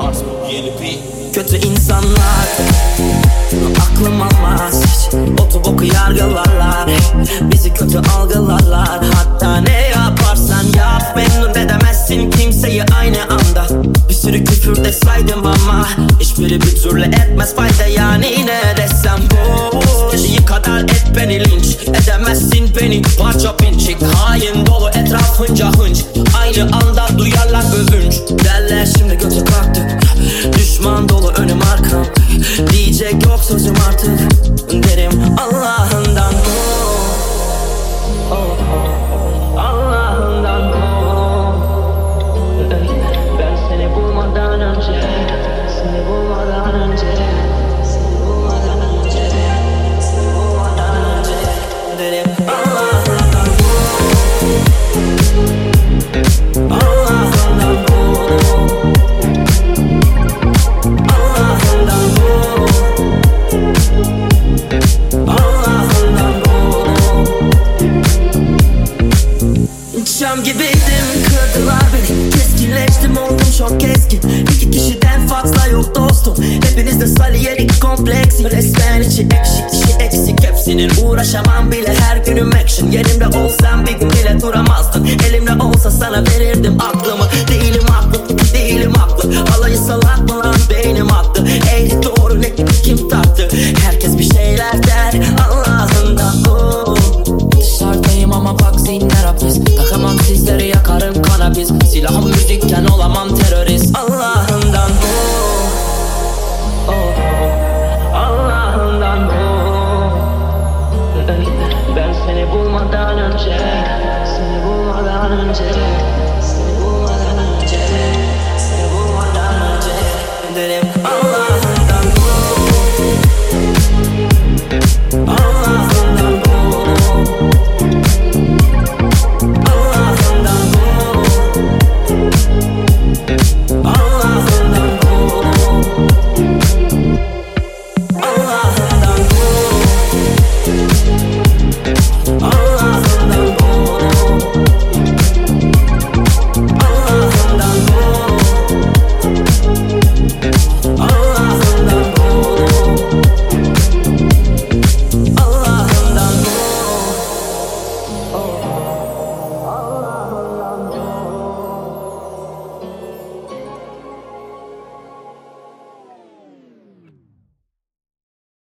Kötü insanlar aklım almaz hiç. Otu boku yargılarlar, bizi kötü algılarlar. Hatta ne yaparsan yap memnun edemezsin kimseyi aynı anda. Bir sürü küfür de saydım ama hiçbiri bir türlü etmez fayda. Yani ne desem boş, İyi kadar et beni linç edemezsin beni parça pinçik. Hain dolu etrafınca hınç, aynı anda duyarlar övünç. Derler şimdi götü kalktı, düşman dolu önüm arkam. Diyecek yok sözüm artık, derim Allah'ından Allah'ından ben seni bulmadan önce, seni bulmadan önce, seni bulmadan önce, seni bulmadan önce, derim Allah'ından Allah'ından Şam gibiydim, kırdılar beni. Keskinleştim, oldum çok keskin. İki kişiden fazla yok dostum. Hepinizde saliyelik kompleksi. Resmen içi ekşik, dışı eksik. Hepsinin uğraşamam bile, her günüm action. Yerimde olsam bir gün bile duramazdın. Elimde olsa sana verirdim